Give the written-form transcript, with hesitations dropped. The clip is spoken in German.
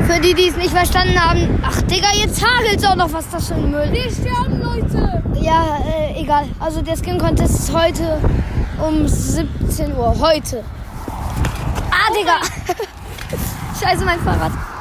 Für die, die es nicht verstanden haben. Ach, Digga, jetzt hagelt's auch noch. Was ist das für ein Müll? Wir sterben, Leute. Ja, egal. Also der Skin Contest ist heute um 17 Uhr. Heute. Ah, Digga. Scheiße, mein Fahrrad.